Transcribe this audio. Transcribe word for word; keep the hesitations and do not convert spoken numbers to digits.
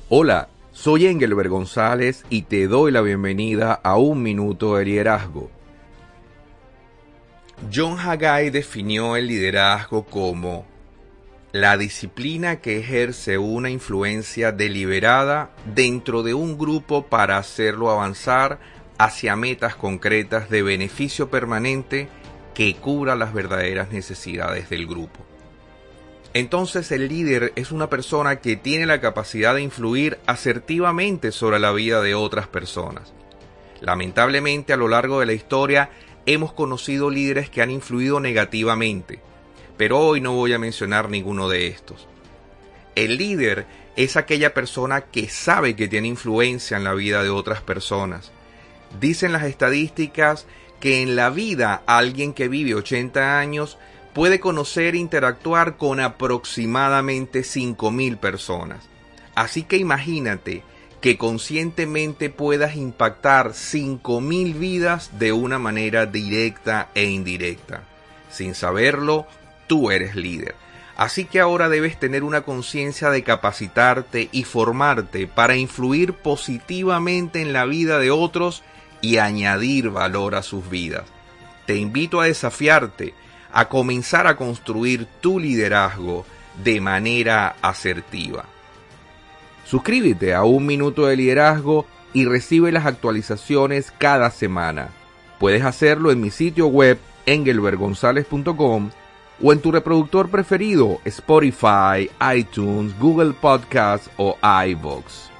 Hola, soy Engelbert González y te doy la bienvenida a Un Minuto de Liderazgo. John Haggai definió el liderazgo como la disciplina que ejerce una influencia deliberada dentro de un grupo para hacerlo avanzar hacia metas concretas de beneficio permanente que cubra las verdaderas necesidades del grupo. Entonces el líder es una persona que tiene la capacidad de influir asertivamente sobre la vida de otras personas. Lamentablemente, a lo largo de la historia hemos conocido líderes que han influido negativamente, pero hoy no voy a mencionar ninguno de estos. El líder es aquella persona que sabe que tiene influencia en la vida de otras personas. Dicen las estadísticas que en la vida alguien que vive ochenta años puede conocer e interactuar con aproximadamente cinco mil personas. Así que imagínate que conscientemente puedas impactar cinco mil vidas de una manera directa e indirecta. Sin saberlo, tú eres líder. Así que ahora debes tener una conciencia de capacitarte y formarte para influir positivamente en la vida de otros y añadir valor a sus vidas. Te invito a desafiarte a comenzar a construir tu liderazgo de manera asertiva. Suscríbete a Un Minuto de Liderazgo y recibe las actualizaciones cada semana. Puedes hacerlo en mi sitio web engelbert gonzalez punto com o en tu reproductor preferido, Spotify, iTunes, Google Podcasts o iVoox.